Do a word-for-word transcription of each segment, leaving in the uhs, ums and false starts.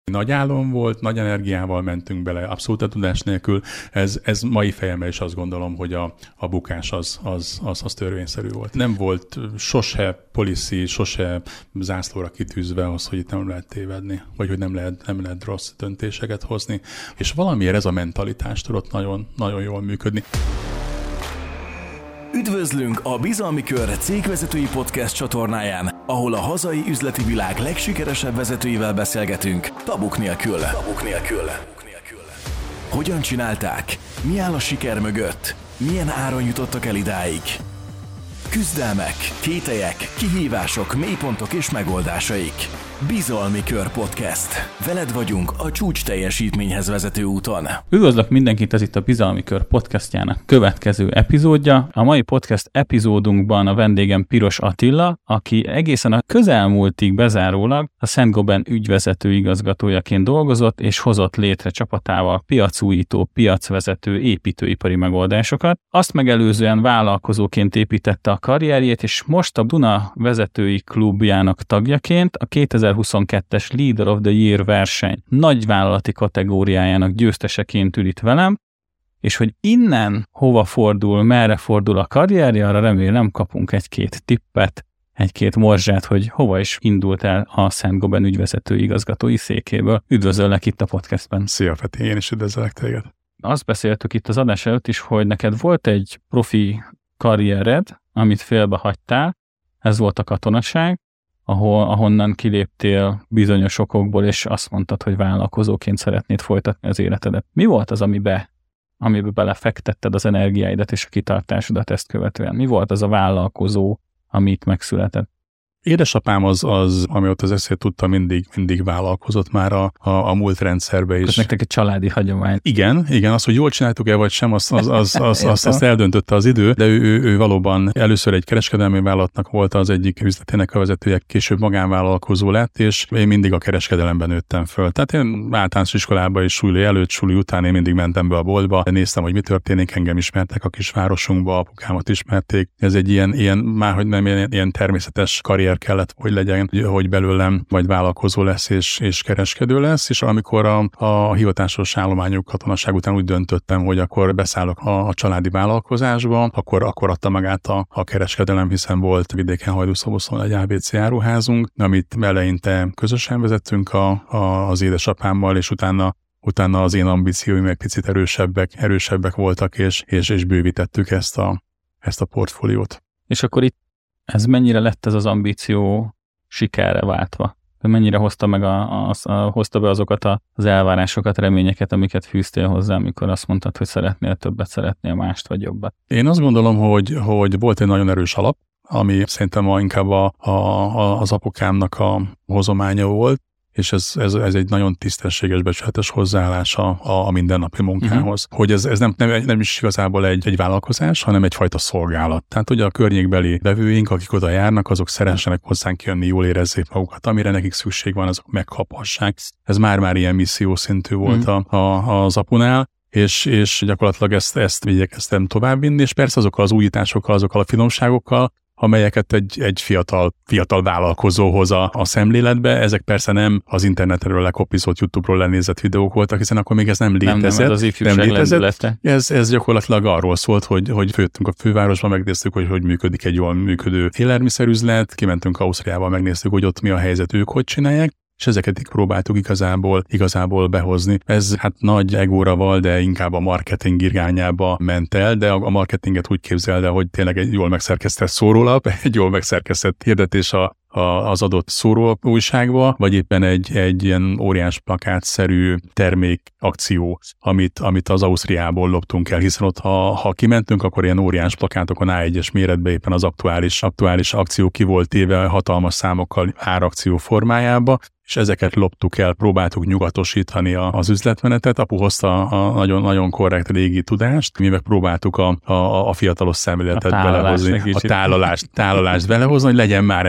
Nagy álom volt, nagy energiával mentünk bele, abszolút a tudás nélkül. Ez, ez mai fejemben is azt gondolom, hogy a, a bukás az, az, az, az törvényszerű volt. Nem volt sose policy, sose zászlóra kitűzve az, hogy itt nem lehet tévedni, vagy hogy nem lehet, nem lehet rossz döntéseket hozni. És valamiért ez a mentalitás tudott nagyon, nagyon jól működni. Üdvözlünk a Bizalmi Kör cégvezetői podcast csatornáján, ahol a hazai üzleti világ legsikeresebb vezetőivel beszélgetünk, tabuk nélkül. Tabuk nélkül. Hogyan csinálták? Mi áll a siker mögött? Milyen áron jutottak el idáig? Küzdelmek, kételyek, kihívások, mélypontok és megoldásaik. Bizalmi Kör Podcast. Veled vagyunk a csúcs teljesítményhez vezető úton. Üdvözlök mindenkit, ez itt a Bizalmi Kör podcastjának következő epizódja. A mai podcast epizódunkban a vendégem Piros Attila, aki egészen a közelmúltig bezárólag a Saint-Gobain ügyvezető igazgatójaként dolgozott, és hozott létre csapatával piacújító, piacvezető, építőipari megoldásokat. Azt megelőzően vállalkozóként építette a karrierjét, és most a Duna vezetői klubjának tagjaként a kétezer-huszonkettes Leader of the Year verseny nagyvállalati kategóriájának győzteseként ül itt velem, és hogy innen hova fordul, merre fordul a karrierje, arra remélem kapunk egy-két tippet, egy-két morzsát, hogy hova is indult el a Saint-Gobain ügyvezető igazgatói székéből. Üdvözöllek itt a podcastben. Szia Peti, én is üdvözöllek téged. Azt beszéltük itt az adás előtt is, hogy neked volt egy profi karriered, amit félbehagytál, ez volt a katonaság, ahol, ahonnan kiléptél bizonyos okokból, és azt mondtad, hogy vállalkozóként szeretnéd folytatni az életedet. Mi volt az, amibe, amibe belefektetted az energiáidat és a kitartásodat ezt követően? Mi volt az a vállalkozó, ami itt megszületett? Édesapám az, az ami ott az eszét tudta, mindig, mindig vállalkozott már a, a, a múlt rendszerbe is. Ez nektek egy családi hagyomány. Igen, igen, az, hogy jól csináltuk-e vagy sem, azt az, az, az, az, azt eldöntötte az idő, de ő, ő, ő valóban először egy kereskedelmi vállalatnak volt az egyik üzletének a vezetője, később magánvállalkozó lett, és én mindig a kereskedelemben nőttem föl. Tehát én általános iskolában és suli előtt, suli után én mindig mentem be a boltba, néztem, hogy mi történik, engem ismertek a kisvárosunkba, apukámat ismerték. Ez egy ilyen, ilyen már hogy nem ilyen, ilyen természetes karrier kellett, hogy legyen, hogy belőlem majd vállalkozó lesz és, és kereskedő lesz, és amikor a, a hivatásos állományú katonaság után úgy döntöttem, hogy akkor beszállok a, a családi vállalkozásba, akkor, akkor adta magát a, a kereskedelem, hiszen volt vidéken Hajdúszoboszlón egy á bé cé áruházunk, amit eleinte közösen vezettünk a, a, az édesapámmal, és utána utána az én ambícióim meg picit erősebbek, erősebbek voltak, és, és, és bővítettük ezt a, ezt a portfóliót. És akkor itt ez mennyire lett ez az ambíció sikerre váltva? Mennyire hozta meg a, a, a, hozta be azokat az elvárásokat, reményeket, amiket fűztél hozzá, amikor azt mondtad, hogy szeretnél többet, szeretnél mást vagy jobbat? Én azt gondolom, hogy, hogy volt egy nagyon erős alap, ami szerintem a, inkább a, a, az apukámnak a hozománya volt, és ez, ez, ez egy nagyon tisztességes, becsületes hozzáállása a, a mindennapi munkához. Uh-huh. Hogy ez, ez nem, nem, nem is igazából egy, egy vállalkozás, hanem egyfajta szolgálat. Tehát ugye a környékbeli vevőink, akik oda járnak, azok szeressenek hozzánk jönni, jól érezzék magukat. Amire nekik szükség van, azok megkaphassák. Ez már-már ilyen misszió szintű volt uh-huh. a, a, az apunál. És, és gyakorlatilag ezt, ezt igyekeztem továbbvinni, és persze azokkal az újításokkal, azokkal a finomságokkal, amelyeket egy, egy fiatal, fiatal vállalkozó hoz a, a szemléletbe. Ezek persze nem az internetről lekopizott, YouTube-ról lenézett videók voltak, hiszen akkor még ez nem létezett. Nem, nem, ez az ifjúság nem létezett. Ez, ez gyakorlatilag arról szólt, hogy, hogy főttünk a fővárosba, megnéztük, hogy hogy működik egy jól működő élelmiszerüzlet, kimentünk Ausztriába, megnéztük, hogy ott mi a helyzet, ők hogy csinálják, és ezeket próbáltuk igazából, igazából behozni. Ez hát nagy egóra val, de inkább a marketing irányába ment el, de a marketinget úgy képzeld el, hogy tényleg egy jól megszerkesztett szórólap, egy jól megszerkesztett hirdetés a az adott szóró újságba, vagy éppen egy, egy ilyen óriás plakátszerű termékakció, amit, amit az Ausztriából loptunk el, hiszen ott ha, ha kimentünk, akkor ilyen óriás plakátokon á egyes méretben éppen az aktuális, aktuális akció ki volt téve hatalmas számokkal árakció formájába, és ezeket loptuk el, próbáltuk nyugatosítani a, az üzletmenetet. Apu hozta a nagyon, nagyon korrekt régi tudást, mi meg próbáltuk a, a, a fiatalos szemléletet belehozni, a tálalást, tálalást belehozni, hogy legyen már ennek valami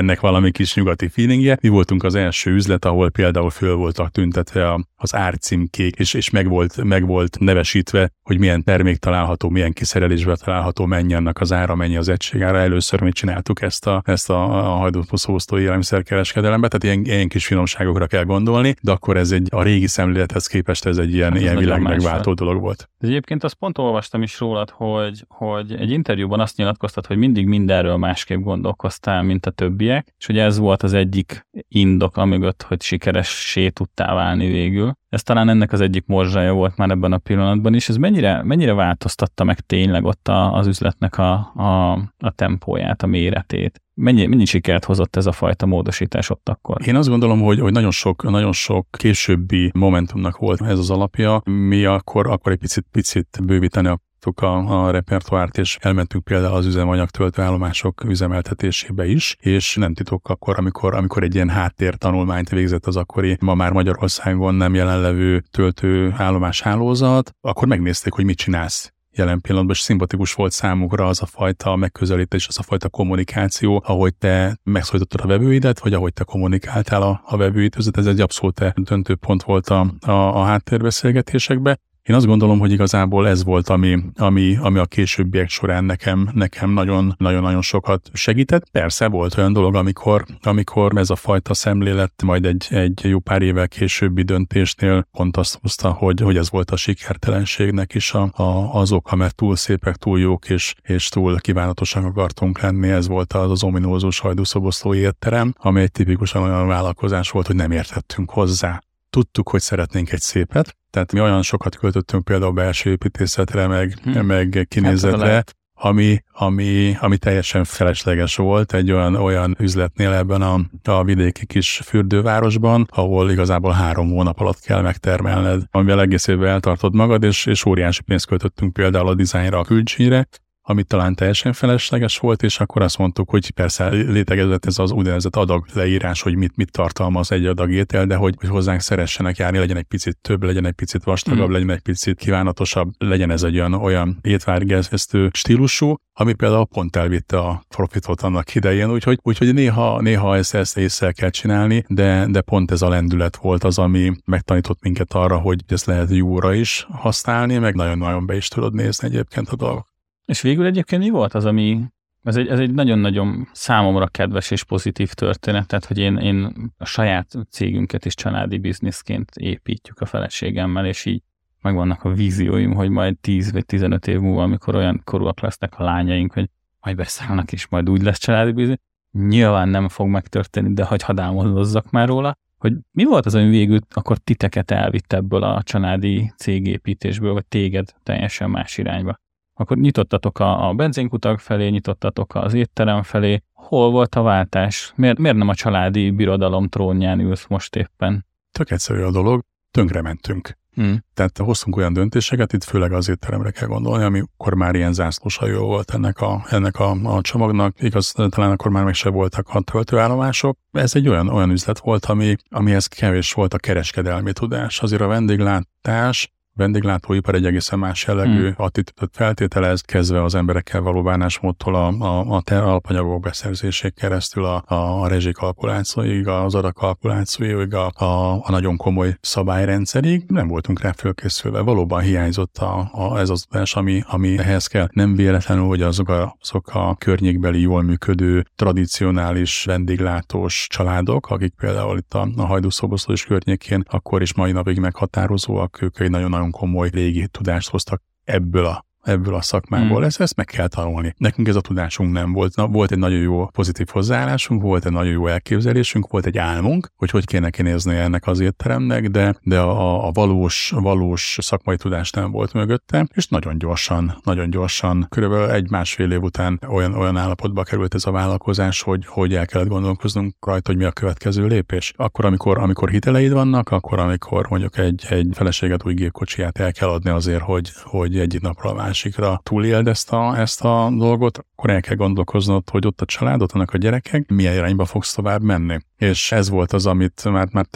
valami kis nyugati feelingje. Mi voltunk az első üzlet, ahol például föl voltak tüntetve az árcímkék, és, és meg, volt, meg volt nevesítve, hogy milyen termék található, milyen kiszerelésben található, mennyi annak az ára, mennyi az egységára. Először mi csináltuk ezt a, ezt a, a hajdúszoboszlói élelmiszerkereskedelembe, tehát ilyen, ilyen kis finomságokra kell gondolni, de akkor ez egy a régi szemlélethez képest ez egy ilyen, ilyen világ megváltó dolog volt. De egyébként azt pont olvastam is rólad, hogy, hogy egy interjúban azt nyilatkoztat, hogy mindig mindenről másképp gondolkoztál, mint a többiek, és hogy ez volt az egyik indok amögött, hogy sikeressé tudtál válni végül. Ez talán ennek az egyik morzsája volt már ebben a pillanatban is. Ez mennyire, mennyire változtatta meg tényleg ott a, az üzletnek a, a, a tempóját, a méretét? Mennyi, mennyi sikert hozott ez a fajta módosítás ott akkor? Én azt gondolom, hogy, hogy nagyon sok, nagyon sok későbbi momentumnak volt ez az alapja. Mi akkor, akkor egy picit, picit bővíteni a A, a repertoárt, és elmentünk például az üzemanyag töltőállomások üzemeltetésébe is, és nem titok akkor, amikor, amikor egy ilyen háttértanulmányt végzett az akkori, ma már Magyarországon nem jelenlevő töltőállomás hálózat, akkor megnézték, hogy mit csinálsz jelen pillanatban, és szimpatikus volt számukra az a fajta megközelítés, az a fajta kommunikáció, ahogy te megszólítottad a vevőidet, vagy ahogy te kommunikáltál a, a vevőid, ez egy abszolút döntő pont volt a, a, a háttérbeszélgetésekben. Én azt gondolom, hogy igazából ez volt, ami, ami, ami a későbbiek során nekem, nekem nagyon, nagyon-nagyon sokat segített. Persze volt olyan dolog, amikor, amikor ez a fajta szemlélet majd egy, egy jó pár évvel későbbi döntésnél pont azt hozta, hogy, hogy ez volt a sikertelenségnek is a, a, az oka, mert túl szépek, túl jók és, és túl kívánatosak akartunk lenni. Ez volt az az ominózus hajdúszoboszlói étterem, ami egy tipikusan olyan vállalkozás volt, hogy nem értettünk hozzá. Tudtuk, hogy szeretnénk egy szépet, tehát mi olyan sokat költöttünk például belső építészetre, meg, hmm. meg kinézetre, ami, ami, ami teljesen felesleges volt egy olyan, olyan üzletnél ebben a, a vidéki kis fürdővárosban, ahol igazából három hónap alatt kell megtermelned, amivel egész évben eltartod magad, és, és óriási pénzt költöttünk például a dizájnra, a külcsínyre, amit talán teljesen felesleges volt, és akkor azt mondtuk, hogy persze létezett ez az úgynevezett adag leírás, hogy mit, mit tartalmaz egy adag étel, de hogy, hogy hozzánk szeressenek járni, legyen egy picit több, legyen egy picit vastagabb, mm. legyen egy picit kívánatosabb, legyen ez egy olyan, olyan étvágygerjesztő stílusú, ami például pont elvitte a profitot annak idején, úgyhogy, úgyhogy néha, néha ezt, ezt észre kell csinálni, de, de pont ez a lendület volt az, ami megtanított minket arra, hogy ezt lehet jóra is használni, meg nagyon-nagyon be is tudod nézni egyébként a dolgok. És végül egyébként mi volt az, ami, ez egy, ez egy nagyon-nagyon számomra kedves és pozitív történet, tehát hogy én, én a saját cégünket is családi bizniszként építjük a feleségemmel, és így megvannak a vízióim, hogy majd tíz vagy tizenöt év múlva, amikor olyan korúak lesznek a lányaink, hogy majd beszállnak, és majd úgy lesz családi biznisz. Nyilván nem fog megtörténni, de hogy hadd álmodozzak már róla, hogy mi volt az, ami végül akkor titeket elvitt ebből a családi cégépítésből, vagy téged teljesen más irányba. Akkor nyitottatok a, a benzinkutak felé, nyitottatok az étterem felé. Hol volt a váltás? Miért, miért nem a családi birodalom trónján ülsz most éppen? Tök egyszerű a dolog, tönkre mentünk. Hmm. Tehát hoztunk olyan döntéseket, itt főleg az étteremre kell gondolni, amikor már ilyen zászlóshajó volt ennek a, ennek a, a csomagnak. Igaz, talán akkor már meg se voltak a töltőállomások. Ez egy olyan, olyan üzlet volt, ami, amihez kevés volt a kereskedelmi tudás. Azért a vendéglátás, vendéglátóipar egy egészen más jellegű hmm. attitűdöt feltételez, kezdve az emberekkel való bánásmódtól a, a, a ter alapanyagok beszerzéség keresztül a, a, a rezsikalkulációig, az adagkalkulációig, a, a, a nagyon komoly szabályrendszerig. Nem voltunk rá fölkészülve. Valóban hiányzott a, a, ez az tudás, ami, ami ehhez kell. Nem véletlenül, hogy azok a, azok a környékbeli, jól működő, tradicionális vendéglátós családok, akik például itt a, a hajdúszoboszló és környékén akkor is mai napig meghatározóak, ők egy nagyon nagyon komoly régi tudást hoztak ebből a, ebből a szakmából. Hmm. Ezt, ezt meg kell tanulni. Nekünk ez a tudásunk nem volt. Na, volt egy nagyon jó pozitív hozzáállásunk, volt egy nagyon jó elképzelésünk, volt egy álmunk, hogy hogy kéne kinézni ennek az étteremnek, de, de a, a valós, valós szakmai tudás nem volt mögötte, és nagyon gyorsan, nagyon gyorsan, körülbelül egy-másfél év után olyan, olyan állapotba került ez a vállalkozás, hogy, hogy el kellett gondolkoznunk rajta, hogy mi a következő lépés. Akkor, amikor, amikor hiteleid vannak, akkor, amikor mondjuk egy, egy feleséget új gépkocsiját el kell adni azért, hogy, hogy egyik napról a másikra túléld ezt a, ezt a dolgot, akkor el kell gondolkoznod, hogy ott a családot, annak a gyerekek, milyen irányba fogsz tovább menni. És ez volt az, amit már, már több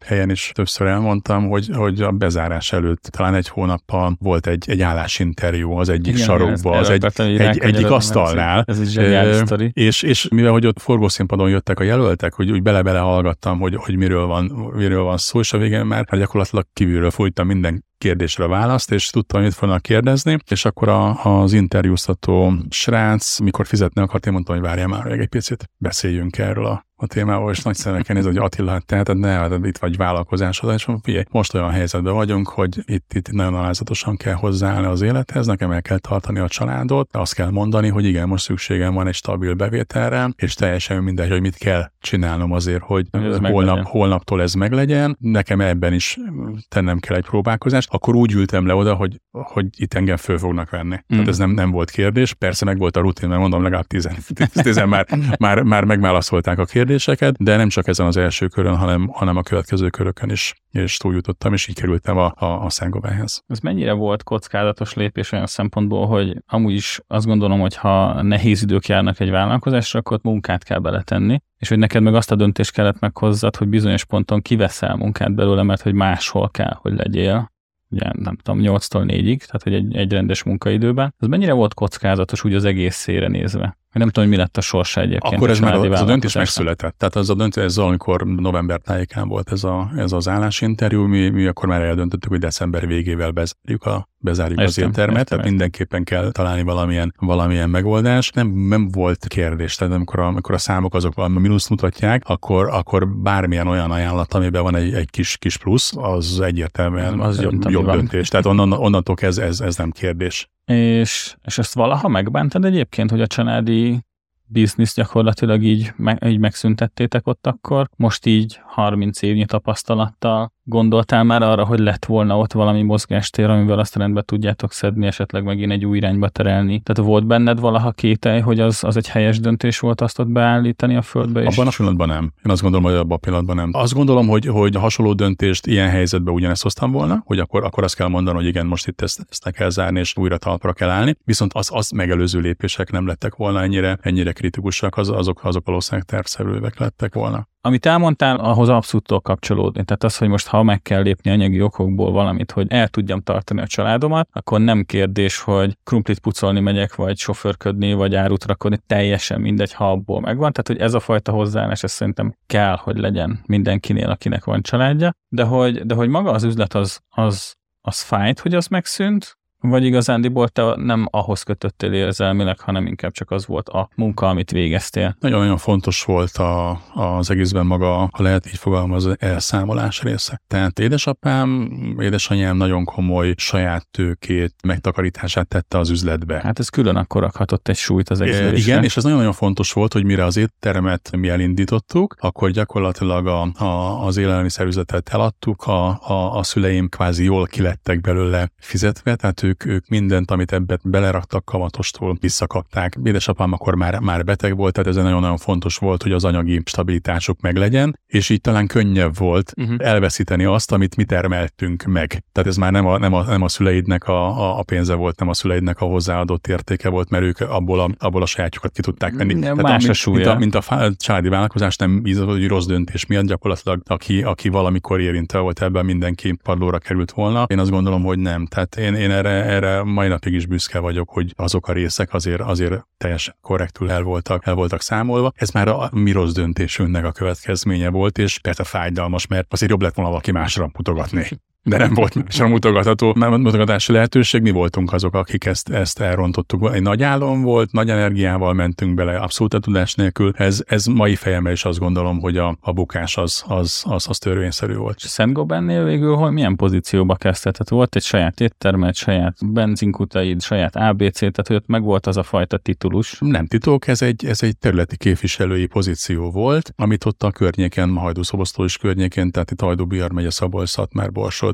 helyen is többször elmondtam, hogy, hogy a bezárás előtt talán egy hónappal volt egy, egy állásinterjú az egyik igen, sarokba, az egy, egy, egyik asztalnál. Ez is zseniális sztori. És, és mivel, hogy ott forgószínpadon jöttek a jelöltek, hogy úgy bele-bele hallgattam, hogy, hogy miről van, miről van szó, és a végén már gyakorlatilag kívülről fújtam minden kérdésre választ, és tudtam, mit fognak kérdezni, és akkor a, az interjúztató srác, mikor fizetni akart, én mondtam, hogy várjál már egy picit, beszéljünk erről a a témával, és nagy szemekkel néz, hogy Attila, tehát ne, hát itt vagy vállalkozásod, és mondom, figyelj, most olyan helyzetben vagyunk, hogy itt, itt nagyon alázatosan kell hozzáállni az élethez, nekem el kell tartani a családot, azt kell mondani, hogy igen, most szükségem van egy stabil bevételre, és teljesen mindegy, hogy mit kell csinálnom azért, hogy holnap, holnaptól ez meglegyen, nekem ebben is tennem kell egy próbálkozást, akkor úgy ültem le oda, hogy, hogy itt engem föl fognak venni. Mm. Tehát ez nem, nem volt kérdés, persze meg volt a rutin, mert mondom, legalább tizen, tizen már, már, már megválaszolták a kérdést, de nem csak ezen az első körön, hanem, hanem a következő körökön is, és túljutottam, és így kerültem a, a, a Saint-Gobainhez. Ez mennyire volt kockázatos lépés olyan szempontból, hogy amúgy is azt gondolom, hogy ha nehéz idők járnak egy vállalkozásra, akkor munkát kell beletenni, és hogy neked meg azt a döntést kellett meghozzad, hogy bizonyos ponton kiveszel munkát belőle, mert hogy máshol kell, hogy legyél. Ugye nem tudom, nyolctól négyig, tehát hogy egy, egy rendes munkaidőben. Ez mennyire volt kockázatos úgy az egészére nézve? Nem tudom, hogy mi lett a sorsa egyébként. Akkor ez már az a döntés megszületett. Tehát az a döntés, ez amikor november tájékán volt ez, a, ez az állásinterjú, mi, mi akkor már eldöntöttük, hogy december végével bezárjuk, a, bezárjuk értem, az éttermet, tehát értem. Mindenképpen kell találni valamilyen, valamilyen megoldást. Nem, nem volt kérdés, tehát amikor a, amikor a számok azok valami mínusz mutatják, akkor, akkor bármilyen olyan ajánlat, amiben van egy, egy kis, kis plusz, az egyértelműen az jobb, jobb döntés. Tehát onnan, onnantól ez, ez, ez nem kérdés. És, és ezt valaha megbántad egyébként, hogy a családi biznisz gyakorlatilag így, me, így megszüntettétek ott akkor? Most így harminc évnyi tapasztalattal gondoltál már arra, hogy lett volna ott valami mozgástér, amivel azt rendbe tudjátok szedni, esetleg megint egy új irányba terelni? Tehát volt benned valaha kételj, hogy az, az egy helyes döntés volt azt ott beállítani a földbe? És... Abban a pillanatban nem. Én azt gondolom, hogy abban a pillanatban nem. Azt gondolom, hogy, hogy a hasonló döntést ilyen helyzetben ugyanezt hoztam volna, hogy akkor, akkor azt kell mondani, hogy igen, most itt ezt, ezt le kell zárni, és újra talpra kell állni. Viszont az, az megelőző lépések nem lettek volna ennyire, ennyire kritikusak, az, azok, azok valószínűleg tervszerűek lettek volna. Amit elmondtál, ahhoz abszolút tudok kapcsolódni. Tehát az, hogy most ha meg kell lépni anyagi okokból valamit, hogy el tudjam tartani a családomat, akkor nem kérdés, hogy krumplit pucolni megyek, vagy sofőrködni, vagy árut rakodni, teljesen mindegy, ha abból megvan. Tehát, hogy ez a fajta hozzáállás, ez szerintem kell, hogy legyen mindenkinél, akinek van családja. De hogy, de hogy maga az üzlet az, az, az fájt, hogy az megszűnt, vagy igazándiból te nem ahhoz kötöttél érzelmileg, hanem inkább csak az volt a munka, amit végeztél? Nagyon-nagyon fontos volt a, az egészben maga, ha lehet így fogalmazni, elszámolás része. Tehát édesapám, édesanyám nagyon komoly saját tőkét, megtakarítását tette az üzletbe. Hát ez külön akkor rakhatott egy súlyt az egészre. Igen, és ez nagyon-nagyon fontos volt, hogy mire az éttermet mi elindítottuk, akkor gyakorlatilag a, a, az élelmiszerüzletet eladtuk, a, a, a szüleim kvázi jól kilettek belőle fizetve, tehát Ők, ők mindent, amit ebbe beleraktak, kamatostól visszakapták. Édesapám akkor már, már beteg volt, tehát ez nagyon-nagyon fontos volt, hogy az anyagi stabilitásuk meglegyen, és így talán könnyebb volt uh-huh. elveszíteni azt, amit mi termeltünk meg. Tehát ez már nem a, nem a, nem a szüleidnek a, a, a pénze volt, nem a szüleidnek a hozzáadott értéke volt, mert ők abból a, abból a sajátjukat ki tudták venni. Nem, más a, a súlya. Mint a, mint a családi vállalkozás, nem hogy rossz döntés miatt gyakorlatilag, aki, aki valamikor érintve volt ebben, mindenki padlóra került volna. Én azt gondolom, hogy nem. Tehát én, én erre Erre mai napig is büszke vagyok, hogy azok a részek azért, azért teljesen korrektül el voltak, el voltak számolva. Ez már a mi rossz döntésünknek a következménye volt, és persze fájdalmas, mert azért jobb lett volna valaki másra mutogatni. De nem volt másra mutogatható, mutogatási lehetőség, mi voltunk azok, akik ezt, ezt elrontottuk. Egy nagy álom volt, nagy energiával mentünk bele, abszolút a tudás nélkül. Ez, ez mai fejemmel is azt gondolom, hogy a, a bukás az, az, az, az törvényszerű volt. És Saint-Gobainnél végül hol, milyen pozícióba kezdted? Tehát volt egy saját éttermed, saját benzinkutaid, saját á bé cé, tehát hogy ott meg volt az a fajta titulus? Nem titok, ez egy, ez egy területi képviselői pozíció volt, amit ott a környéken, Hajdú-Szoboszló is környékén, tehát itt Hajdú-Bihar megye, Szabolcs-Szatmár, Borsod,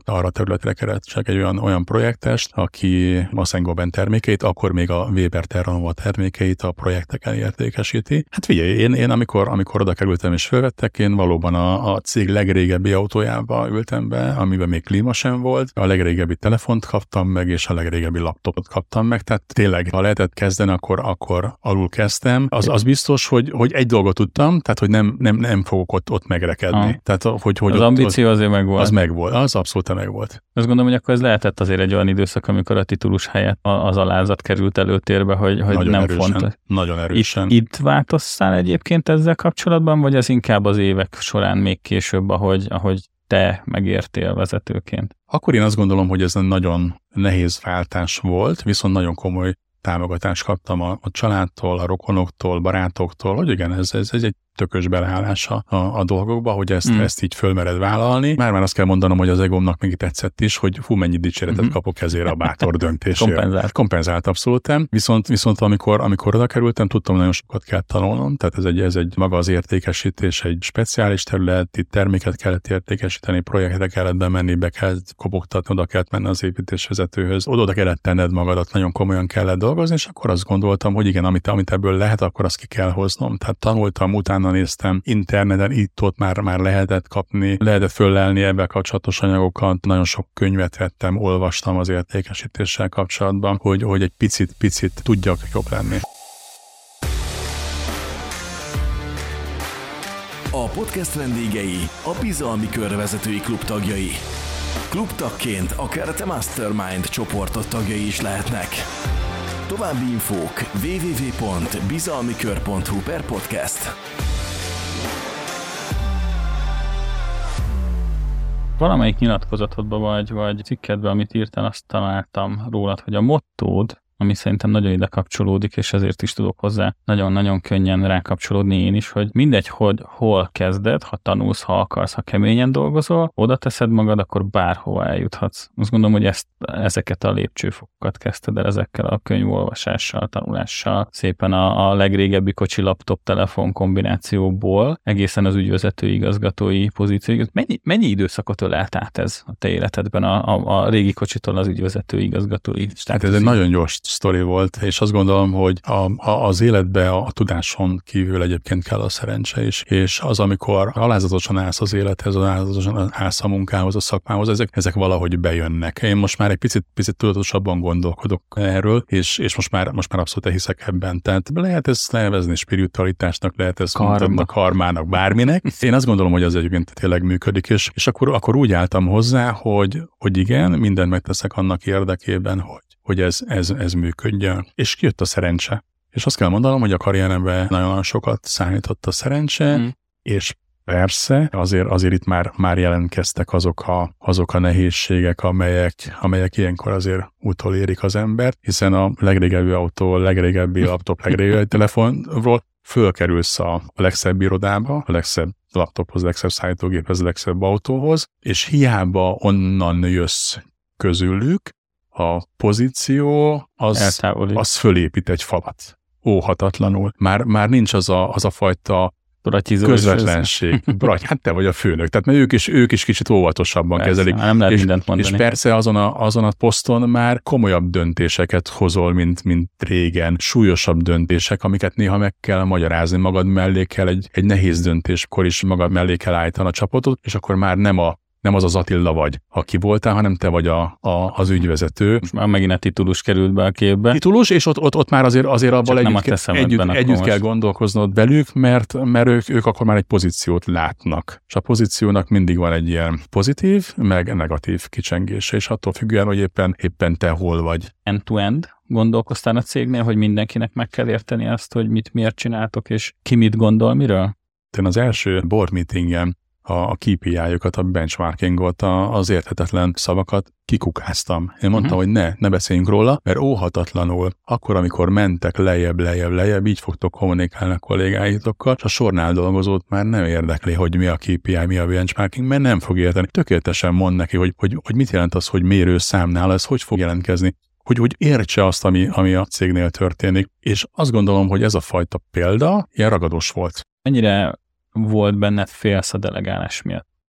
arra a területre keresek egy olyan, olyan projektest, aki a Saint-Gobain termékeit, akkor még a Weber Terranova termékeit a projekteken értékesíti. Hát figyelj, én, én amikor, amikor oda kerültem és fölvettek, én valóban a, a cég legrégebbi autójába ültem be, amiben még klíma sem volt, a legrégebbi telefont kaptam meg, és a legrégebbi laptopot kaptam meg, tehát tényleg, ha lehetett kezdeni, akkor, akkor alul kezdtem. Az, az biztos, hogy, hogy egy dolgot tudtam, tehát hogy nem, nem, nem fogok ott, ott megrekedni. Ha. Tehát, hogy, hogy az ott, ambíció azért megvolt. Az megvolt, az abszolút megvolt. Azt gondolom, hogy akkor ez lehetett azért egy olyan időszak, amikor a titulus helyett az alázat került előtérbe, hogy, hogy nagyon nem erősen, fontos. Nagyon erősen. Itt, itt változtál egyébként ezzel kapcsolatban, vagy ez inkább az évek során még később, ahogy, ahogy te megértél vezetőként? Akkor én azt gondolom, hogy ez egy nagyon nehéz váltás volt, viszont nagyon komoly támogatást kaptam a, a családtól, a rokonoktól, barátoktól, hogy igen, ez, ez, ez egy tökös beleállása a, a dolgokba, hogy ezt, mm. ezt így fölmered vállalni. Már-már azt kell mondanom, hogy az egómnak még tetszett is, hogy hú, mennyi dicséretet mm-hmm. kapok ezért a bátor döntésért. Kompenzált. Kompenzált abszolút. Viszont, viszont amikor, amikor oda kerültem, tudtam, nagyon sokat kell tanulnom, tehát ez egy, ez egy maga az értékesítés, egy speciális terület, itt terméket kellett értékesíteni, projektre kellett bemenni, be kellett kopogtatni, oda kellett menni az építésvezetőhöz, oda kellett tenned magadat, nagyon komolyan kellett dolgozni, és akkor azt gondoltam, hogy igen, amit, amit ebből lehet, akkor azt ki kell hoznom. Tehát tanultam, utána néztem interneten, itt-ott már, már lehetett kapni, lehetett föllelni ebben kapcsolatos anyagokat, nagyon sok könyvet vettem, olvastam az értékesítéssel kapcsolatban, hogy, hogy egy picit-picit tudjak jobb lenni. A podcast vendégei a Bizalmi Kör vezetői klub tagjai. Klubtagként akár a te Mastermind csoportot tagjai is lehetnek. További infók double-u double-u double-u pont bizalmikör pont hu per podcast. Valamelyik nyilatkozatodban vagy, vagy cikkedben, amit írtál, azt találtam rólad, hogy a mottód, ami szerintem nagyon ide kapcsolódik, és ezért is tudok hozzá nagyon-nagyon könnyen rákapcsolódni én is, hogy mindegy, hogy hol kezded, ha tanulsz, ha akarsz, ha keményen dolgozol, oda teszed magad, akkor bárhova eljuthatsz. Azt gondolom, hogy ezt, ezeket a lépcsőfokokat kezdted el ezekkel a könyvolvasással, tanulással, szépen a, a legrégebbi kocsi, laptop, telefon kombinációból egészen az ügyvezető igazgatói pozícióig. Mennyi, mennyi időszakot ölelt át ez a te életedben a, a, a régi kocsitól az ügyvezető igazgatói? Hát ez egy nagyon gyors sztori volt, és azt gondolom, hogy a, a, az életbe a, a tudáson kívül egyébként kell a szerencse is, és az, amikor alázatosan állsz az élethez, alázatosan állsz a munkához, a szakmához, ezek, ezek valahogy bejönnek. Én most már egy picit, picit tudatosabban gondolkodok erről, és, és most már, most már abszolút hiszek ebben. Tehát lehet ezt nevezni spiritualitásnak, lehet ezt Karma. karmának, bárminek. Én azt gondolom, hogy az egyébként tényleg működik, és, és akkor, akkor úgy álltam hozzá, hogy, hogy igen, mindent megteszek annak érdekében, hogy hogy ez, ez, ez működjön. És kijött a szerencse. És azt kell mondanom, hogy a karrieremben nagyon sokat számított a szerencse, mm. és persze azért, azért itt már, már jelentkeztek azok a, azok a nehézségek, amelyek, amelyek ilyenkor azért utolérik az embert, hiszen a legrégebbi autó, a legrégebbi laptop, legrégebbi telefonról fölkerülsz a, a legszebb irodába, a legszebb laptophoz, a legszebb szállítógéphez, a legszebb autóhoz, és hiába onnan jössz közülük, a pozíció az, az fölépít egy falat. Óhatatlanul. Már, már nincs az a, az a fajta közvetlenség. Braty, hát te vagy a főnök. Tehát mert ők is, ők is kicsit óvatosabban persze, kezelik. Nem lehet és, mindent mondani. És persze azon a, azon a poszton már komolyabb döntéseket hozol, mint, mint régen. Súlyosabb döntések, amiket néha meg kell magyarázni. Magad mellé kell egy, egy nehéz döntéskor is magad mellé kell állítani a csapatot, és akkor már nem a nem az az Attila vagy, aki voltál, hanem te vagy a, a, az ügyvezető. Most már megint a titulus került be a képbe. Titulus, és ott, ott, ott már azért, azért abban együtt, ke, együtt, együtt kell gondolkoznod velük, mert, mert ők, ők akkor már egy pozíciót látnak. És a pozíciónak mindig van egy ilyen pozitív, meg negatív kicsengése, és attól függően, hogy éppen, éppen te hol vagy. End-to-end gondolkoztál a cégnél, hogy mindenkinek meg kell érteni azt, hogy mit miért csináltok, és ki mit gondol miről? Én az első board meetingen a K P I-okat, a benchmarkingot, az érthetetlen szavakat kikukáztam. Én mondtam, uh-huh. hogy ne, ne beszéljünk róla, mert óhatatlanul, akkor, amikor mentek lejjebb, lejjebb, lejjebb, így fogtok kommunikálni a kollégáitokkal, és a sornál dolgozót már nem érdekli, hogy mi a K P I, mi a benchmarking, mert nem fog érteni. Tökéletesen mond neki, hogy, hogy, hogy mit jelent az, hogy mérőszámnál ez hogy fog jelentkezni. Hogy, hogy értse azt, ami, ami a cégnél történik. És azt gondolom, hogy ez a fajta példa ilyen ragadós volt. Mennyire volt benned félsz a delegálás miatt?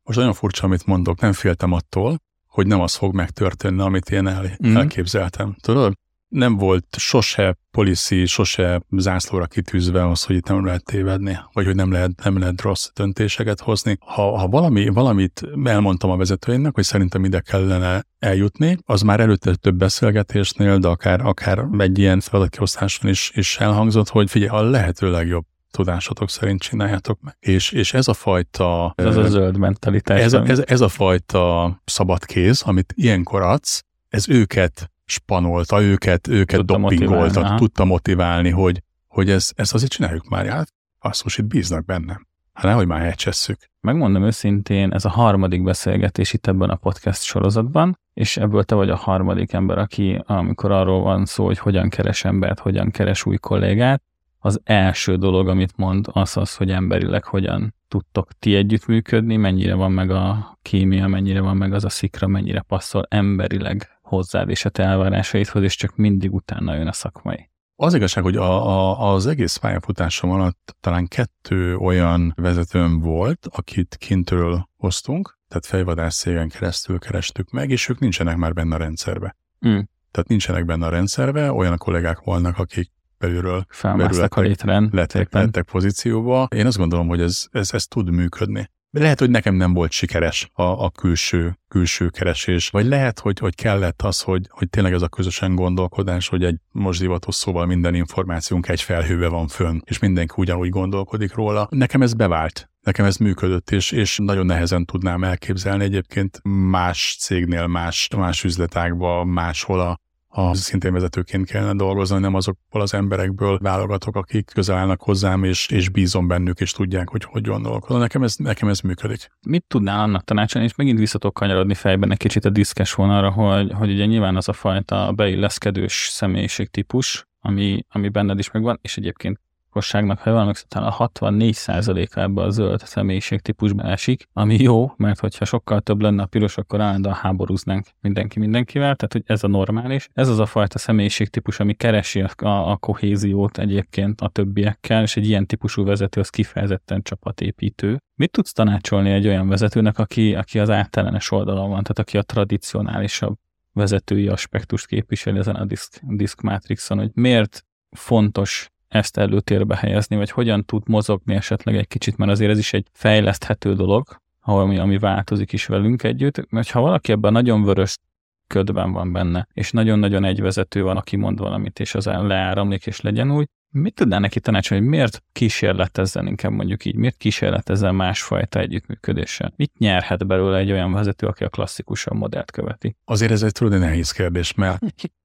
Most nagyon furcsa, amit mondok, nem féltem attól, hogy nem az fog megtörténni, amit én el, mm. elképzeltem. Tudod? Nem volt sose policy, sose zászlóra kitűzve az, hogy itt nem lehet tévedni, vagy hogy nem lehet, nem lehet rossz döntéseket hozni. Ha, ha valami, valamit elmondtam a vezetőinek, hogy szerintem ide kellene eljutni, az már előtte több beszélgetésnél, de akár, akár egy ilyen feladatkiosztáson is, is elhangzott, hogy figyelj, a lehető legjobb tudásotok szerint csináljátok meg. És, és ez a fajta... Ez a zöld mentalitás. Ez a, ez, ez a fajta szabad kéz, amit ilyenkor adsz, ez őket spanolta, őket, őket tudta doppingolta, motiválni, tudta motiválni, hogy, hogy ez, ezt azért csináljuk már, hát azt most itt bíznak bennem. Hát nehogy már elcsesszük. Megmondom őszintén, ez a harmadik beszélgetés itt ebben a podcast sorozatban, és ebből te vagy a harmadik ember, aki amikor arról van szó, hogy hogyan keres embert, hogyan keres új kollégát, az első dolog, amit mond, az az, hogy emberileg hogyan tudtok ti együttműködni, mennyire van meg a kémia, mennyire van meg az a szikra, mennyire passzol emberileg hozzád és a te elvárásaidhoz, és csak mindig utána jön a szakmai. Az igazság, hogy a, a, az egész pályafutásom alatt talán kettő olyan vezetőm volt, akit kintről hoztunk, tehát fejvadász cégen keresztül kerestük meg, és ők nincsenek már benne a rendszerbe. Mm. Tehát nincsenek benne a rendszerbe, olyan a kollégák vannak, akik belülről felmásztak a létren, lettek, lettek pozícióba. Én azt gondolom, hogy ez, ez, ez tud működni. Lehet, hogy nekem nem volt sikeres a, a külső, külső keresés, vagy lehet, hogy, hogy kellett az, hogy, hogy tényleg ez a közösen gondolkodás, hogy egy most divatos szóval minden információnk egy felhőbe van fönn, és mindenki ugyanúgy gondolkodik róla. Nekem ez bevált. Nekem ez működött, és, és nagyon nehezen tudnám elképzelni egyébként más cégnél, más, más üzletágban, máshol a ha szintén vezetőként kellene dolgozni, nem azokból az emberekből válogatok, akik közel állnak hozzám, és, és bízom bennük, és tudják, hogy hogy gondolkodom. Nekem ez, nekem ez működik. Mit tudnál annak tanácsolni, és megint visszatok kanyarodni fejben egy kicsit a diszkes vonalra, hogy, hogy ugye nyilván az a fajta beilleszkedős személyiségtípus, ami, ami benned is megvan, és egyébként lakosságnak, ha jól emlékszem, a hatvannégy százaléka ebbe a zöld személyiségtípusban esik, ami jó, mert hogyha sokkal több lenne a piros, akkor állandóan háborúznánk mindenki mindenkivel, tehát hogy ez a normális. Ez az a fajta személyiségtípus, ami keresi a, a, a kohéziót egyébként a többiekkel, és egy ilyen típusú vezető az kifejezetten csapatépítő. Mit tudsz tanácsolni egy olyan vezetőnek, aki, aki az áttellenes oldalon van, tehát aki a tradicionálisabb vezetői aspektust képviseli ezen a diszk, diszk mátrixon, hogy miért fontos ezt előtérbe helyezni, vagy hogyan tud mozogni esetleg egy kicsit, mert azért ez is egy fejleszthető dolog, ami, ami változik is velünk együtt, mert ha valaki ebben nagyon vörös ködben van benne, és nagyon-nagyon egy vezető van, aki mond valamit, és az leáramlik, és legyen úgy, mit tudnál neki tanácsolni, hogy miért kísérletezzen, inkább mondjuk így, miért kísérletezzen másfajta együttműködéssel? Mit nyerhet belőle egy olyan vezető, aki a klasszikusabb modellt követi? Azért ez egy tudod, nehéz kérdés, mert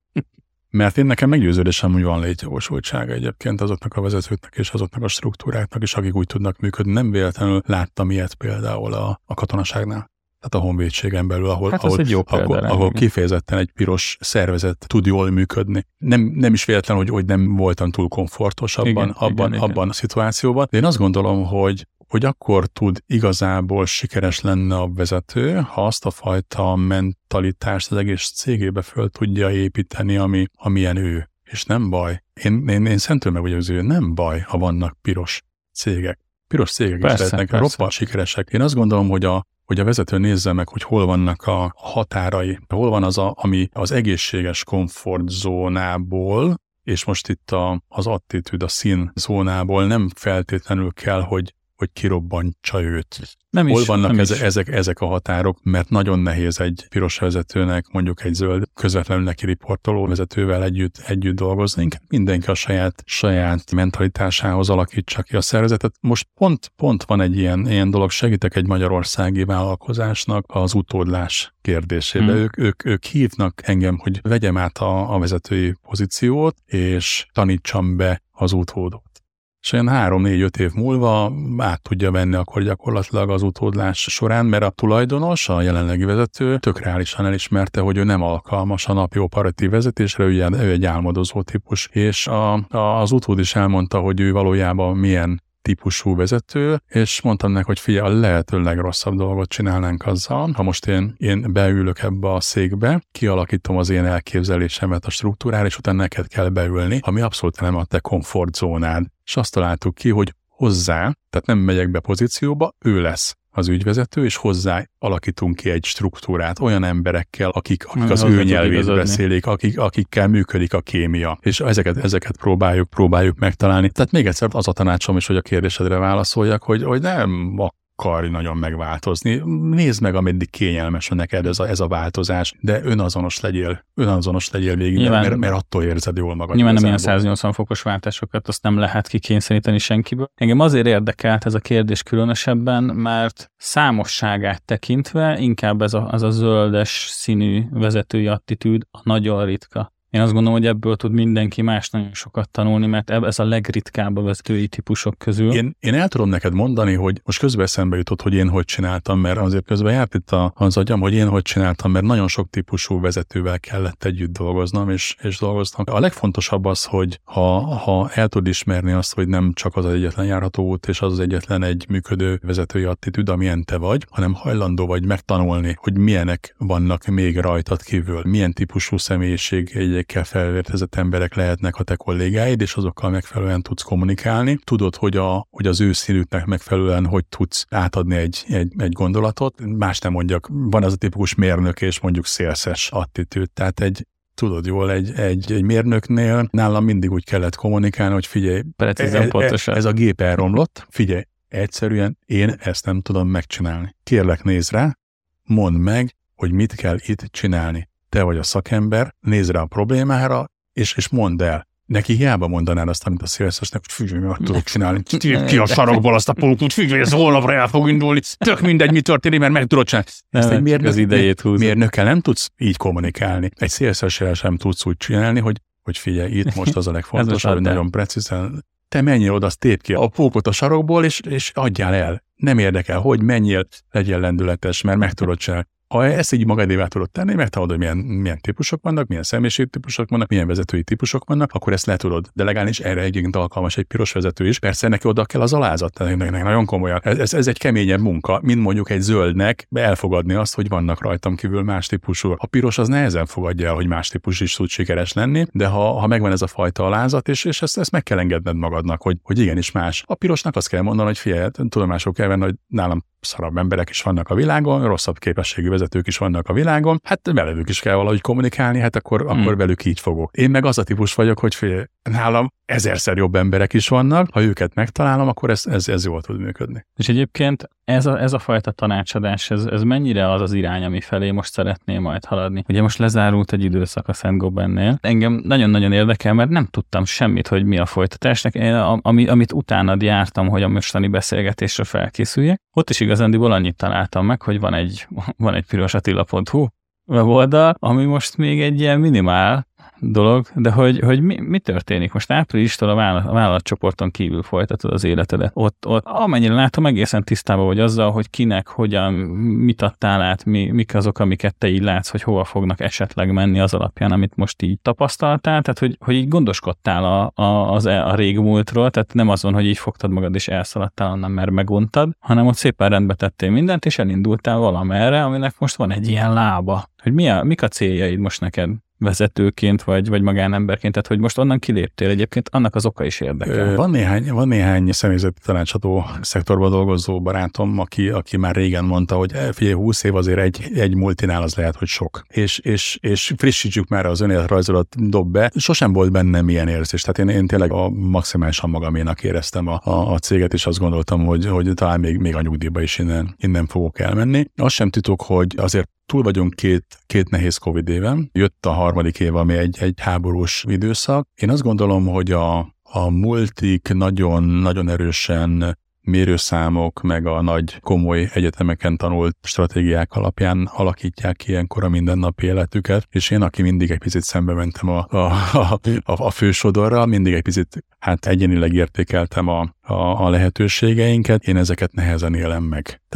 Mert én nekem meggyőződésem, hogy van létjogosultsága egyébként azoknak a vezetőknek és azoknak a struktúráknak is, akik úgy tudnak működni. Nem véletlenül láttam ilyet például a, a katonaságnál. Tehát a honvédségen belül, ahol, hát ahol, ahol, ahol, ahol kifejezetten egy piros szervezet tud jól működni. Nem, nem is véletlen, hogy, hogy nem voltam túl komfortos abban, igen, abban, igen, abban igen. a szituációban. De én azt gondolom, hogy hogy akkor tud igazából sikeres lenne a vezető, ha azt a fajta mentalitást az egész cégébe föl tudja építeni, ami, amilyen ő. És nem baj. Én, én, én szentől meg vagyok az ő, nem baj, ha vannak piros cégek. Piros cégek persze, is lehetnek roppant sikeresek. Én azt gondolom, hogy a, hogy a vezető nézze meg, hogy hol vannak a határai, hol van az, a, ami az egészséges komfortzónából, és most itt a, az attitűd, a színzónából nem feltétlenül kell, hogy hogy kirobbantsa őt. Nem Hol is, vannak nem eze, ezek, ezek a határok, mert nagyon nehéz egy piros vezetőnek, mondjuk egy zöld, közvetlenül neki riportoló vezetővel együtt, együtt dolgozni. Mindenki a saját, saját mentalitásához alakítsa ki a szervezetet. Most pont, pont van egy ilyen, ilyen dolog, segítek egy magyarországi vállalkozásnak az utódlás kérdésébe. Hmm. Ők, ők, ők hívnak engem, hogy vegyem át a, a vezetői pozíciót, és tanítsam be az utódot. És olyan három, négy, öt év múlva át tudja venni akkor gyakorlatilag az utódlás során, mert a tulajdonos, a jelenlegi vezető tök reálisan elismerte, hogy ő nem alkalmas a napi operatív vezetésre, ő, ő egy álmodozó típus. És a, a, az utód is elmondta, hogy ő valójában milyen típusú vezető, és mondtam neki, hogy figyelj, a lehető legrosszabb dolgot csinálnánk azzal, ha most én, én beülök ebbe a székbe, kialakítom az én elképzelésemet a struktúrára, és utána neked kell beülni, ami abszolút nem a te komfortzónád. És azt találtuk ki, hogy hozzá, tehát nem megyek be pozícióba, ő lesz az ügyvezető, és hozzá alakítunk ki egy struktúrát olyan emberekkel, akik, akik az ő nyelvét beszélik, akik, akikkel működik a kémia. És ezeket, ezeket próbáljuk, próbáljuk megtalálni. Tehát még egyszer az a tanácsom is, hogy a kérdésedre válaszoljak, hogy, hogy nem akarj nagyon megváltozni. Nézd meg, ameddig kényelmes neked ez a, ez a változás, de önazonos legyél, önazonos legyél végig, mert, mert attól érzed jól magad. Nyilván nem ilyen száznyolcvan fokos váltásokat, azt nem lehet kikényszeríteni senkiből. Engem azért érdekelt ez a kérdés különösebben, mert számosságát tekintve inkább ez a, az a zöldes színű vezetői attitűd a nagyon ritka. Én azt gondolom, hogy ebből tud mindenki más nagyon sokat tanulni, mert ez a legritkább a vezetői típusok közül. Én, én el tudom neked mondani, hogy most közben eszembe jutott, hogy én hogy csináltam, mert azért közben járt itt a, az agyam, hogy én hogy csináltam, mert nagyon sok típusú vezetővel kellett együtt dolgoznom, és, és dolgoztam. A legfontosabb az, hogy ha, ha el tud ismerni azt, hogy nem csak az egyetlen járható út, és az az egyetlen egy működő vezetői attitűd, amilyen te vagy, hanem hajlandó vagy megtanulni, hogy milyenek vannak még rajtad kívül, milyen típusú személyiség egy kell felvértezett emberek lehetnek a te kollégáid, és azokkal megfelelően tudsz kommunikálni. Tudod, hogy, a, hogy az ő színüknek megfelelően hogy tudsz átadni egy, egy, egy gondolatot. Más nem mondjak, van az a tipikus mérnök és mondjuk szélszes attitűd. Tehát egy tudod jól, egy, egy, egy mérnöknél nálam mindig úgy kellett kommunikálni, hogy figyelj, Precízen, pontosan. ez a gép elromlott, figyelj, egyszerűen én ezt nem tudom megcsinálni. Kérlek, nézz rá, mondd meg, hogy mit kell itt csinálni. Te vagy a szakember, nézd rá a problémára, és, és mondd el. Neki hiába mondanád azt, amit a szélszesnek, hogy figyelj, meg tudok csinálni. Tír ki a sarokból azt a pulkut, figyelj, ez holnapra el fog indulni, tök mindegy, mi történik, mert meg tudod csinálni. Ezt egy mérnök, az idejét húzza. Mérnökkel nem tudsz így kommunikálni. Egy szélszessel sem tudsz úgy csinálni, hogy, hogy figyelj, itt most az a legfontosabb, hogy nagyon precízen. Te menjél oda, azt tépd ki a pulkot a sarokból, és, és adjál el. Nem érdekel, hogy menjél, legyél lendületes, mert meg tudod csinálni. Ha ezt így magadévá tudod tenni, megtalálod, hogy milyen, milyen típusok vannak, milyen személyiségtípusok vannak, milyen vezetői típusok vannak, akkor ezt le tudod delegálni, és erre egyébként alkalmas egy piros vezető is. Persze neki oda kell az alázat, tehát nagyon komolyan. Ez, ez egy keményebb munka, mint mondjuk egy zöldnek elfogadni azt, hogy vannak rajtam kívül más típusú. A piros az nehezen fogadja el, hogy más típus is tud sikeres lenni, de ha, ha megvan ez a fajta alázat, és, és ezt, ezt meg kell engedned magadnak, hogy, hogy igenis más. A pirosnak azt kell mondani, hogy figyelj, tudomásul kell venni, hogy nálam szarabb emberek is vannak a világon, rosszabb képességű vezetők is vannak a világon, hát velük is kell valahogy kommunikálni, hát akkor, hmm. akkor velük így fogok. Én meg az a típus vagyok, hogy figyelj, nálam ezerszer jobb emberek is vannak, ha őket megtalálom, akkor ez, ez, ez jól tud működni. És egyébként ez a, ez a fajta tanácsadás, ez, ez mennyire az az irány, ami felé most szeretném majd haladni? Ugye most lezárult egy időszak a Saint-Gobainnél. Engem nagyon-nagyon érdekel, mert nem tudtam semmit, hogy mi a folytatásnak. Én, ami, amit utánad jártam, hogy a mostani beszélgetésre felkészüljek, ott is igazándiból annyit találtam meg, hogy van egy, van egy pirosattila pont hu weboldal, ami most még egy ilyen minimál dolog, de hogy, hogy mi, mi történik? Most áprilistól a, vállalat, a vállalatcsoporton kívül folytatod az életedet. Ott, ott amennyire látom, egészen tisztában vagy azzal, hogy kinek, hogyan, mit adtál át, mi, mik azok, amiket te így látsz, hogy hova fognak esetleg menni az alapján, amit most így tapasztaltál, tehát hogy, hogy így gondoskodtál a, a, az, a régmúltról, tehát nem azon, hogy így fogtad magad és elszaladtál onnan, mert meguntad, hanem ott szépen rendbe tettél mindent, és elindultál valamerre, aminek most van egy ilyen lába. Hogy mi a, mik a céljaid most neked? Vezetőként, vagy, vagy magánemberként, tehát hogy most onnan kiléptél, egyébként annak az oka is érdekel. Van néhány, van néhány személyzeti tanácsadó szektorban dolgozó barátom, aki, aki már régen mondta, hogy figyelj, húsz év azért egy, egy multinál az lehet, hogy sok. És, és, és frissítsük már az önéletrajzolat, dob be. Sosem volt bennem ilyen érzés. Tehát én, én tényleg a maximálisan magaménak éreztem a, a, a céget, és azt gondoltam, hogy, hogy talán még, még a nyugdíjba is innen, innen fogok elmenni. Azt sem titok, hogy azért túl vagyunk két, két nehéz Covid éven. Jött a harmadik év, ami egy, egy háborús időszak. Én azt gondolom, hogy a, a multik nagyon, nagyon erősen mérőszámok, meg a nagy komoly egyetemeken tanult stratégiák alapján alakítják ki ilyenkor a mindennapi életüket, és én, aki mindig egy picit szembe mentem a, a, a, a fősodorral, mindig egy picit hát egyénileg értékeltem a, a, a lehetőségeinket, én ezeket nehezen élem meg. Tehát egy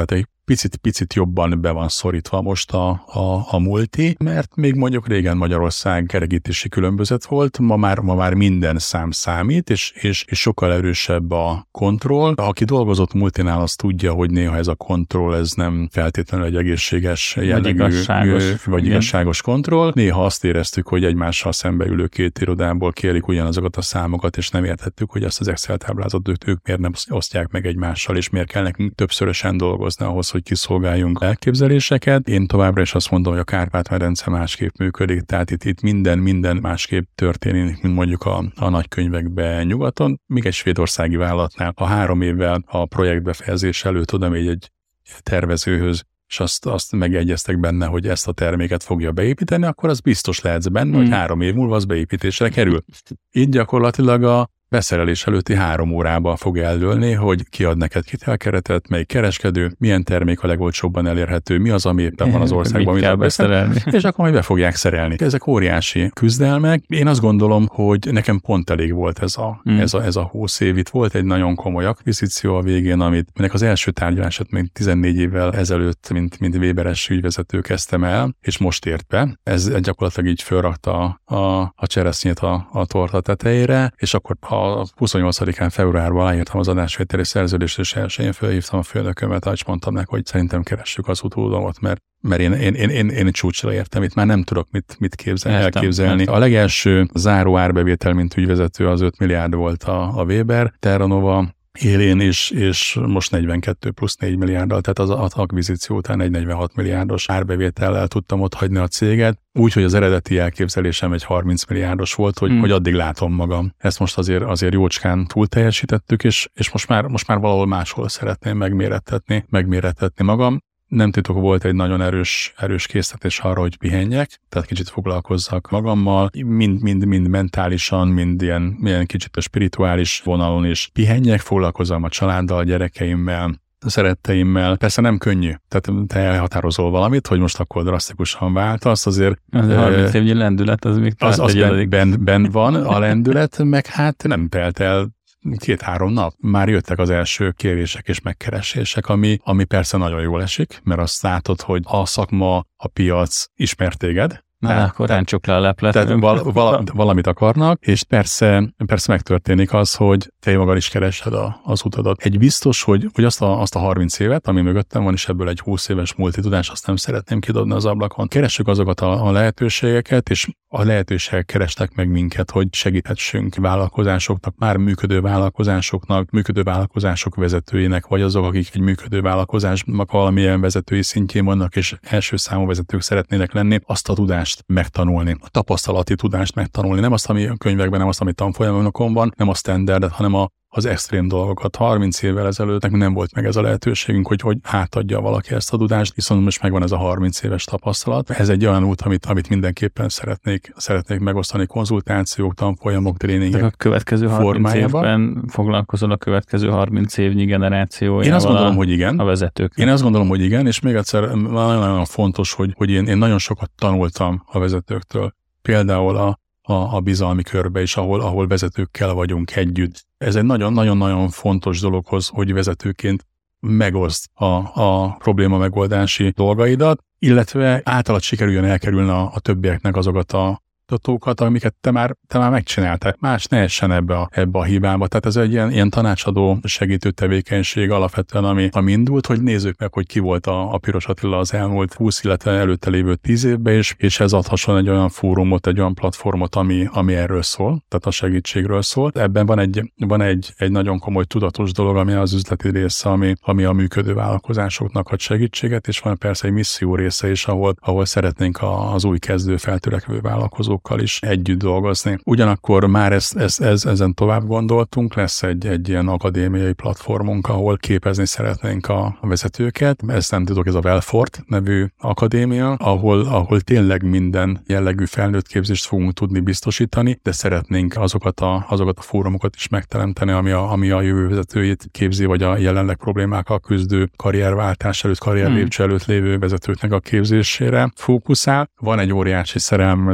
picit-picit jobban be van szorítva most a, a, a multi, mert még mondjuk régen Magyarország kerekítési különbözet volt, ma már, ma már minden szám számít, és, és, és sokkal erősebb a kontroll. Aki dolgozott multinál, az tudja, hogy néha ez a kontroll, ez nem feltétlenül egy egészséges jellegű, vagy igazságos, vagy igazságos kontroll. Néha azt éreztük, hogy egymással szembeülő két irodából kérik ugyanazokat a számokat, és nem értettük, hogy ezt az Excel táblázatot ők miért nem osztják meg egymással, és miért kell nekünk többszörösen dolgozni ahhoz, hogy kiszolgáljunk elképzeléseket. Én továbbra is azt mondom, hogy a Kárpát-medence másképp működik, tehát itt, itt minden, minden másképp történik, mint mondjuk a, a nagykönyvekben nyugaton. Míg egy svédországi vállalatnál, ha három évvel a projekt befejezés előtt oda megy egy tervezőhöz, és azt, azt megegyeztek benne, hogy ezt a terméket fogja beépíteni, akkor az biztos lehetsz benne, hmm. hogy három év múlva az beépítésre kerül. Így gyakorlatilag a beszerelés előtti három órában fog eldőlni, hogy ki ad neked hitelkeretet, melyik kereskedő, milyen termék a legolcsóbban elérhető, mi az, ami éppen van az országban, amit kell beszerelni. És akkor majd be fogják szerelni. Ezek óriási küzdelmek. Én azt gondolom, hogy nekem pont elég volt ez a, hmm. ez a, ez a húsz év. Itt volt egy nagyon komoly akvizíció a végén, amit ennek az első tárgyalását még tizennégy évvel ezelőtt, mint, mint Weberes ügyvezető kezdtem el, és most ért be. Ez gyakorlatilag így fölrakta a, a cseresznyét a, a torta tetejére, és akkor a a huszonnyolcadikán februárban aláírtam az adásvételi szerződést, és elsőjén felhívtam a főnökömet, és mondtam neki, hogy szerintem keressük az utódomat, mert, mert én, én, én, én, én csúcsra értem, itt már nem tudok mit, mit képzelni, Értem. elképzelni. A legelső záró árbevétel, mint ügyvezető, az öt milliárd volt a, a Weber, Terranova élén is, és most negyvenkettő plusz négy milliárddal, tehát az, az akvizíció után egy negyvenhat milliárdos árbevétellel tudtam ott hagyni a céget, úgyhogy az eredeti elképzelésem egy harminc milliárdos volt, hogy, hmm. hogy addig látom magam. Ezt most azért, azért jócskán túl teljesítettük, és, és most, már, most már valahol máshol szeretném megmérettetni, megmérettetni magam. Nem titok, volt egy nagyon erős, erős késztetés arra, hogy pihenjek, tehát kicsit foglalkozzak magammal, mind, mind, mind mentálisan, mind ilyen, ilyen kicsit a spirituális vonalon is pihenjek, foglalkozzam a családdal, a gyerekeimmel, a szeretteimmel. Persze nem könnyű, tehát te elhatározol valamit, hogy most akkor drasztikusan váltasz, azért... Az a harminc évnyi lendület, az még az, az ben, ben, ben van a lendület, meg hát nem telt el két-három nap. Már jöttek az első kérések és megkeresések, ami, ami persze nagyon jól esik, mert azt látod, hogy a szakma, a piac ismer téged. Na, tehát, akkor ráncsuk le a leplet. Tehát val, val, valamit akarnak, és persze, persze megtörténik az, hogy te magad is keresed a, az utadat. Egy biztos, hogy, hogy azt, a, azt a harminc évet, ami mögöttem van, és ebből egy húsz éves multitudás, azt nem szeretném kidobni az ablakon. Keressük azokat a, a lehetőségeket, és a lehetőségek kerestek meg minket, hogy segíthessünk vállalkozásoknak, már működő vállalkozásoknak, működő vállalkozások vezetőinek, vagy azok, akik egy működő vállalkozásnak valamilyen vezetői szintjén vannak, és első számú vezetők szeretnének lenni, azt a tudást megtanulni, a tapasztalati tudást megtanulni. Nem azt, ami a könyvekben, nem azt, ami tanfolyamokon van, nem a standardet, hanem a az extrém dolgokat. harminc évvel ezelőtt nekünk nem volt meg ez a lehetőségünk, hogy, hogy átadja valaki ezt a tudást, viszont most megvan ez a harminc éves tapasztalat. Ez egy olyan út, amit, amit mindenképpen szeretnék, szeretnék megosztani konzultációk, tanfolyamok, tréningek a következő harminc évben foglalkozol a következő harminc évnyi generációjával. Én azt gondolom, hogy igen. A vezetők. Én azt gondolom, hogy igen, és még egyszer nagyon-nagyon fontos, hogy, hogy én, én nagyon sokat tanultam a vezetőktől. Például a A, a bizalmi körbe is, ahol, ahol vezetőkkel vagyunk együtt. Ez egy nagyon-nagyon-nagyon fontos dologhoz, hogy vezetőként megoszd a, a probléma megoldási dolgaidat, illetve általad sikerüljön elkerülni a, a többieknek azokat a adatókat, amiket te már, te már megcsináltál. Más ne essen ebbe a, ebbe a hibába. Tehát ez egy ilyen, ilyen tanácsadó segítő tevékenység alapvetően, ami, ami indult, hogy nézzük meg, hogy ki volt a, a Piros Attila az elmúlt húsz, illetve előtte lévő tíz évben is, és ez adhasson egy olyan fórumot, egy olyan platformot, ami, ami erről szól, tehát a segítségről szól. Ebben van egy, van egy, egy nagyon komoly tudatos dolog, ami az üzleti része, ami, ami a működő vállalkozásoknak ad segítséget, és van persze egy misszió része is, ahol, ahol szeretnénk az új kezdő feltörekvő vállalkozók is együtt dolgozni. Ugyanakkor már ezt, ezt, ez, ezen tovább gondoltunk, lesz egy, egy ilyen akadémiai platformunk, ahol képezni szeretnénk a vezetőket. Ezt nem tudok, ez a Wellfort nevű akadémia, ahol, ahol tényleg minden jellegű felnőtt képzést fogunk tudni biztosítani, de szeretnénk azokat a, azokat a fórumokat is megteremteni, ami a, ami a jövő vezetőjét képzi, vagy a jelenleg problémákkal küzdő karrierváltás előtt, karrierlépcső előtt lévő vezetőknek a képzésére fókuszál. Van egy óriási szerelmem, ez a fenntartás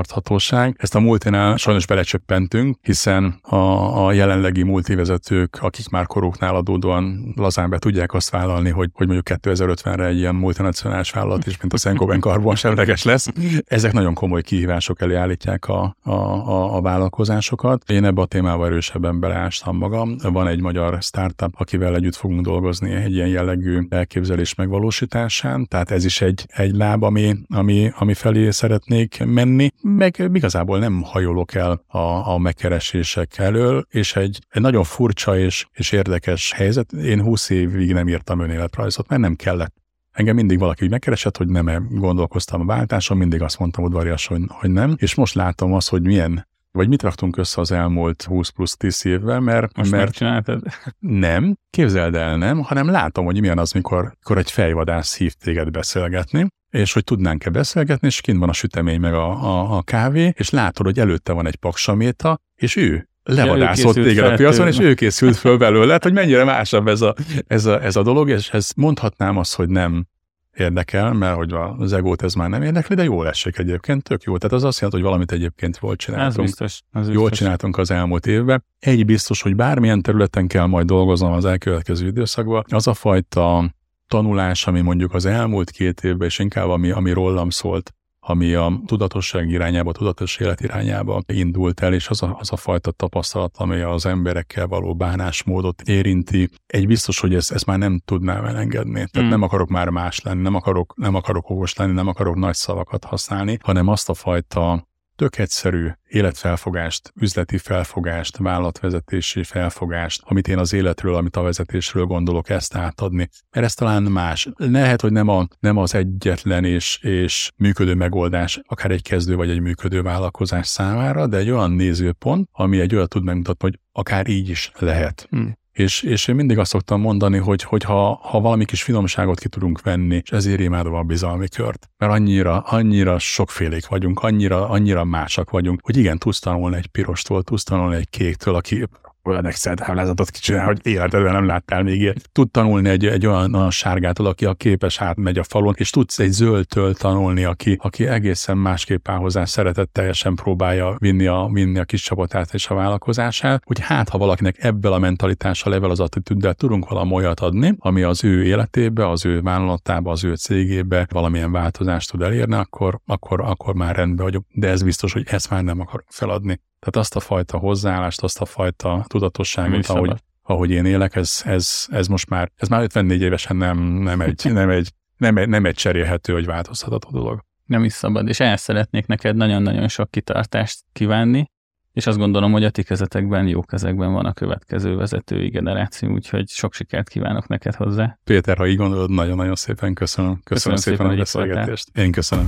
fenntarthatóság. Ezt a multinál sajnos belecsöppentünk, hiszen a, a jelenlegi multivezetők, akik már koruknál adódóan lazán be tudják azt vállalni, hogy, hogy mondjuk kétezer-ötvenre egy ilyen multinacionális vállalat is, mint a Saint-Gobain karbon semleges lesz. Ezek nagyon komoly kihívások elé állítják a, a, a, a vállalkozásokat. Én ebbe a témába erősebben beleástam magam. Van egy magyar startup, akivel együtt fogunk dolgozni egy ilyen jellegű elképzelés megvalósításán, tehát ez is egy, egy láb, ami, ami, ami felé szeretnék menni, meg igazából nem hajolok el a, a megkeresések elől, és egy, egy nagyon furcsa és, és érdekes helyzet. Én húsz évig nem írtam önéletrajzot, mert nem kellett. Engem mindig valaki megkeresett, hogy nem gondolkoztam a váltáson, mindig azt mondtam udvarias, hogy, hogy nem, és most látom azt, hogy milyen, vagy mit raktunk össze az elmúlt húsz plusz tíz évvel, mert... Most mert megcsináltad? Nem, képzeld el nem, hanem látom, hogy milyen az, mikor, mikor egy fejvadász hív téged beszélgetni, és hogy tudnánk-e beszélgetni, és kint van a sütemény meg a, a, a kávé, és látod, hogy előtte van egy paksaméta, és ő levadászott ja, téged a piacon, és ő készült föl belőle, hogy mennyire másabb ez a, ez, a, ez a dolog, és ezt mondhatnám azt, hogy nem érdekel, mert hogy az egót ez már nem érdekli, de jól esik egyébként, tök jó. Tehát az azt jelenti, hogy valamit egyébként jól csináltunk. Ez biztos, ez jól biztos. csináltunk az elmúlt évben. Egy biztos, hogy bármilyen területen kell majd dolgoznom az elkövetkező időszakban, az a fajta tanulás, ami mondjuk az elmúlt két évben, és inkább ami, ami rólam szólt, ami a tudatosság irányába, a tudatos élet irányába indult el, és az a, az a fajta tapasztalat, ami az emberekkel való bánásmódot érinti. Egy biztos, hogy ezt, ezt már nem tudnám elengedni. Tehát mm. nem akarok már más lenni, nem akarok, nem akarok okos lenni, nem akarok nagy szavakat használni, hanem azt a fajta tök egyszerű életfelfogást, üzleti felfogást, vállalatvezetési felfogást, amit én az életről, amit a vezetésről gondolok, ezt átadni. Mert ez talán más. Lehet, hogy nem, a, nem az egyetlen és, és működő megoldás, akár egy kezdő vagy egy működő vállalkozás számára, de egy olyan nézőpont, ami egy olyat tud megmutatni, hogy akár így is lehet. Hmm. És, és én mindig azt szoktam mondani, hogy, hogy ha, ha valami kis finomságot ki tudunk venni, és ezért imádom a bizalmi kört, mert annyira, annyira sokfélék vagyunk, annyira, annyira másak vagyunk, hogy igen, tudsz tanulni egy pirostól, tudsz tanulni egy kéktől, aki olyan Excel táblázatot kicsinál, hogy életedben nem láttál még ilyet. Tud tanulni egy, egy olyan, olyan sárgától, aki a képes átmegy a falon, és tudsz egy zöldtől tanulni, aki, aki egészen másképp áll hozzá, szeretetteljesen próbálja vinni a, vinni a kis csapatát és a vállalkozását, hogy hát, ha valakinek ebből a mentalitással, ebből az attitűddel tudunk valami olyat adni, ami az ő életébe, az ő vállalatába, az ő cégébe valamilyen változást tud elérni, akkor, akkor, akkor már rendben vagyok. De ez biztos, hogy ezt már nem akarok feladni. Tehát azt a fajta hozzáállást, azt a fajta tudatosságot, ahogy, ahogy én élek, ez, ez, ez most már, ez már ötvennégy évesen nem, nem, egy, nem, egy, nem, egy, nem egy cserélhető, hogy változható dolog. Nem is szabad, és el szeretnék neked nagyon-nagyon sok kitartást kívánni, és azt gondolom, hogy a ti kezetekben, jó kezekben van a következő vezetői generáció, úgyhogy sok sikert kívánok neked hozzá. Péter, ha így gondolod, nagyon-nagyon szépen köszönöm. Köszönöm, köszönöm szépen, szépen a beszélgetést. Én köszönöm.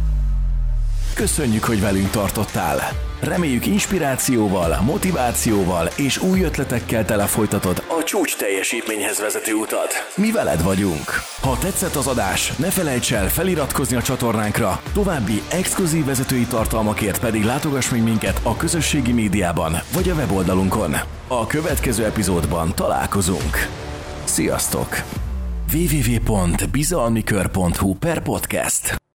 Köszönjük, hogy velünk tartottál! Reméljük inspirációval, motivációval és új ötletekkel tele folytatod a csúcs teljesítményhez vezető utat. Mi veled vagyunk! Ha tetszett az adás, ne felejts el feliratkozni a csatornánkra, további exkluzív vezetői tartalmakért pedig látogass meg minket a közösségi médiában vagy a weboldalunkon. A következő epizódban találkozunk. Sziasztok! double-u double-u double-u pont bizalmikör pont hu per podcast